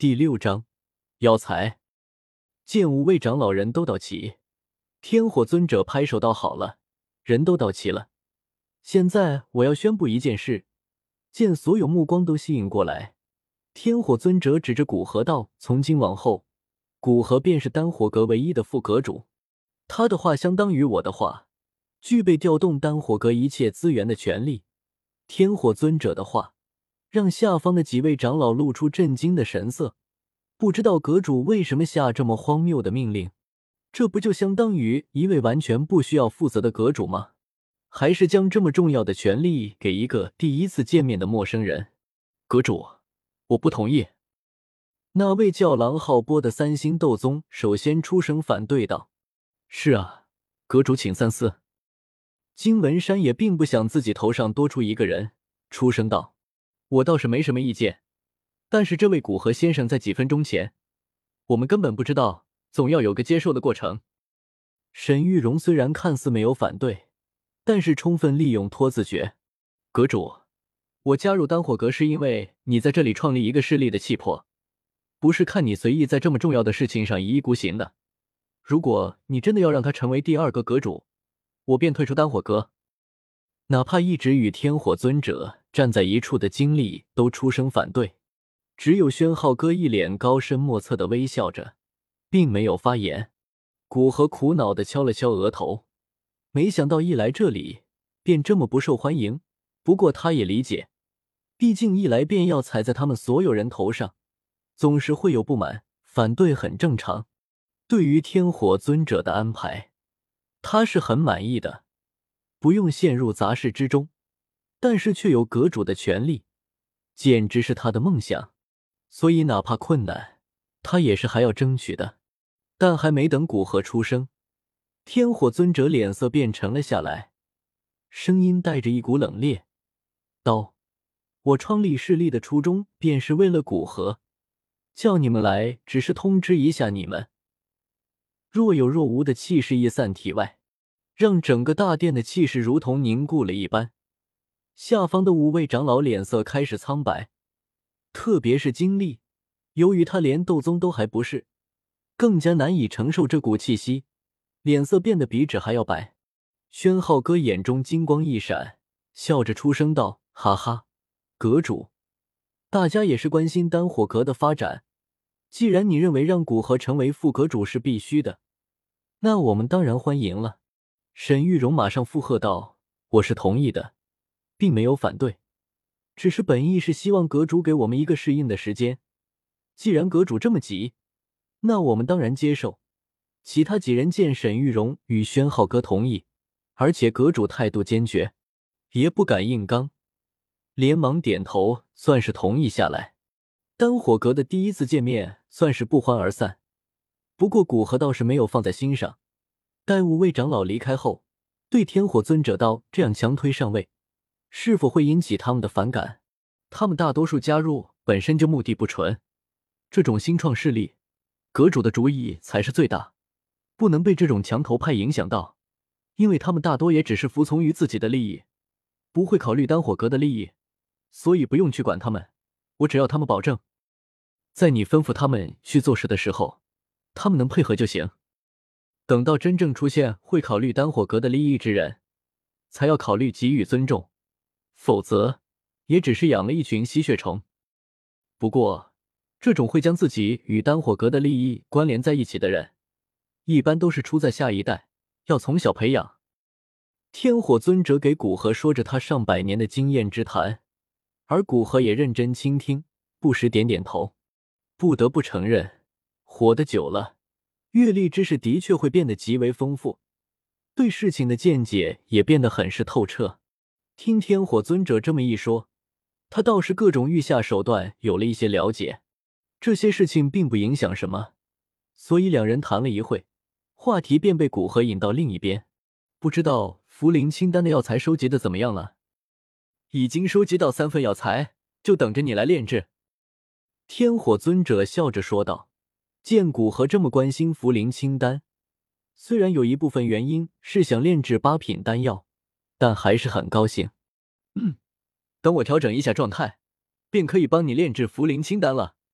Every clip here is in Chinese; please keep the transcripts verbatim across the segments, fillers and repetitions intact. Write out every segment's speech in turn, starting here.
第六章药材。见五位长老人都到齐，天火尊者拍手道：“好了，人都到齐了。现在我要宣布一件事。”见所有目光都吸引过来，天火尊者指着古河道：“从今往后，古河便是丹火阁唯一的副阁主。他的话相当于我的话，具备调动丹火阁一切资源的权利。”天火尊者的话让下方的几位长老露出震惊的神色，不知道阁主为什么下这么荒谬的命令？这不就相当于一位完全不需要负责的阁主吗？还是将这么重要的权利给一个第一次见面的陌生人？阁主，我不同意。那位叫狼浩波的三星斗宗首先出声反对道：“是啊，阁主请三思。”金文山也并不想自己头上多出一个人，出声道：“我倒是没什么意见，但是这位古河先生在几分钟前，我们根本不知道，总要有个接受的过程。”沈玉荣虽然看似没有反对，但是充分利用拖字诀：“阁主，我加入丹火阁是因为你在这里创立一个势力的气魄，不是看你随意在这么重要的事情上一意孤行的。如果你真的要让他成为第二个阁主，我便退出丹火阁。”哪怕一直与天火尊者站在一处的经历都出声反对，只有宣浩哥一脸高深莫测的微笑着，并没有发言。古河苦恼地敲了敲额头，没想到一来这里便这么不受欢迎。不过他也理解，毕竟一来便要踩在他们所有人头上，总是会有不满，反对很正常。对于天火尊者的安排，他是很满意的，不用陷入杂事之中，但是却有阁主的权利，简直是他的梦想。所以哪怕困难，他也是还要争取的。但还没等古河出声，天火尊者脸色便沉了下来，声音带着一股冷冽道：“我创立势力的初衷便是为了古河，叫你们来只是通知一下你们。”若有若无的气势溢散体外，让整个大殿的气势如同凝固了一般。下方的五位长老脸色开始苍白，特别是金历，由于他连斗宗都还不是，更加难以承受这股气息，脸色变得比纸还要白。宣浩哥眼中金光一闪，笑着出声道：“哈哈，阁主，大家也是关心丹火阁的发展，既然你认为让古河成为副阁主是必须的，那我们当然欢迎了。”沈玉荣马上附和道：“我是同意的，并没有反对，只是本意是希望阁主给我们一个适应的时间。既然阁主这么急，那我们当然接受。”其他几人见沈玉荣与宣浩哥同意，而且阁主态度坚决，也不敢硬刚，连忙点头，算是同意下来。丹火阁的第一次见面算是不欢而散，不过古河倒是没有放在心上。待五位长老离开后，对天火尊者道：“这样强推上位，是否会引起他们的反感？他们大多数加入本身就目的不纯，这种新创势力，阁主的主意才是最大，不能被这种墙头派影响到，因为他们大多也只是服从于自己的利益，不会考虑丹火阁的利益，所以不用去管他们。我只要他们保证，在你吩咐他们去做事的时候，他们能配合就行。等到真正出现会考虑丹火阁的利益之人，才要考虑给予尊重，否则也只是养了一群吸血虫。不过，这种会将自己与丹火阁的利益关联在一起的人，一般都是出在下一代，要从小培养。”天火尊者给古河说着他上百年的经验之谈，而古河也认真倾听，不时点点头。不得不承认，活得久了，阅历知识的确会变得极为丰富，对事情的见解也变得很是透彻。听天火尊者这么一说，他倒是各种御下手段有了一些了解。这些事情并不影响什么，所以两人谈了一会，话题便被古河引到另一边。不知道茯苓清丹的药材收集的怎么样了？已经收集到三份药材，就等着你来炼制。天火尊者笑着说道。见古河这么关心茯苓清丹，虽然有一部分原因是想炼制八品丹药，但还是很高兴。嗯，等我调整一下状态，便可以帮你炼制茯苓清丹了。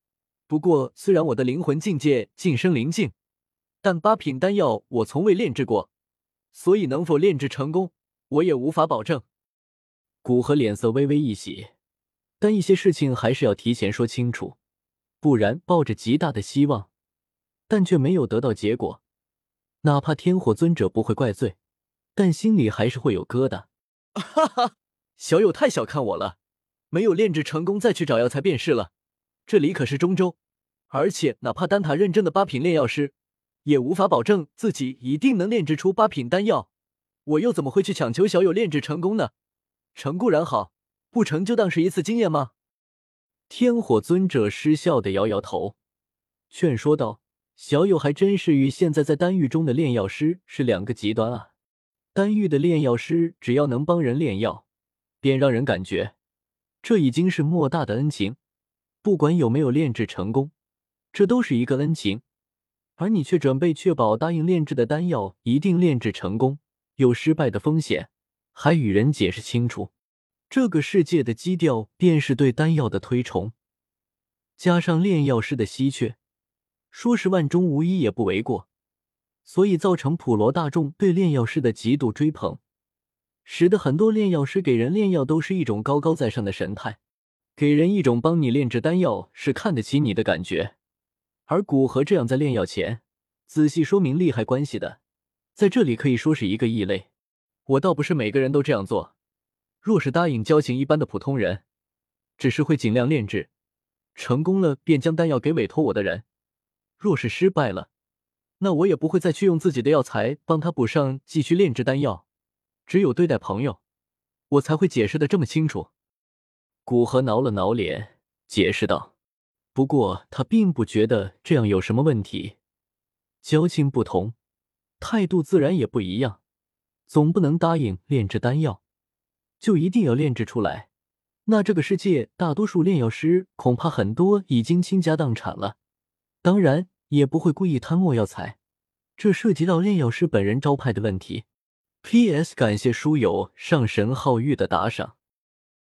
不过虽然我的灵魂境界晋升灵境，但八品丹药我从未炼制过，所以能否炼制成功，我也无法保证。古河脸色微微一喜，但一些事情还是要提前说清楚，不然抱着极大的希望，但却没有得到结果，哪怕天火尊者不会怪罪，但心里还是会有疙瘩。哈哈，小友太小看我了，没有炼制成功再去找药材便是了。这里可是中州，而且哪怕丹塔认证的八品炼药师，也无法保证自己一定能炼制出八品丹药，我又怎么会去强求小友炼制成功呢？成固然好，不成就当是一次经验吗？天火尊者失笑地摇摇头，劝说道：小友还真是与现在在丹域中的炼药师是两个极端啊。丹域的炼药师只要能帮人炼药，便让人感觉这已经是莫大的恩情，不管有没有炼制成功，这都是一个恩情。而你却准备确保答应炼制的丹药一定炼制成功，有失败的风险，还与人解释清楚。这个世界的基调便是对丹药的推崇，加上炼药师的稀缺，说是万中无一也不为过，所以造成普罗大众对炼药师的极度追捧，使得很多炼药师给人炼药都是一种高高在上的神态，给人一种帮你炼制丹药是看得起你的感觉。而古河这样在炼药前仔细说明利害关系的，在这里可以说是一个异类。我倒不是每个人都这样做，若是答应交情一般的普通人，只是会尽量炼制，成功了便将丹药给委托我的人，若是失败了，那我也不会再去用自己的药材帮他补上继续炼制丹药，只有对待朋友，我才会解释得这么清楚。古河挠了挠脸，解释道。不过他并不觉得这样有什么问题，交情不同，态度自然也不一样，总不能答应炼制丹药就一定要炼制出来，那这个世界大多数炼药师恐怕很多已经倾家荡产了，当然也不会故意贪墨药材，这涉及到炼药师本人招牌的问题。P S 感谢书友上神皓玉的打赏。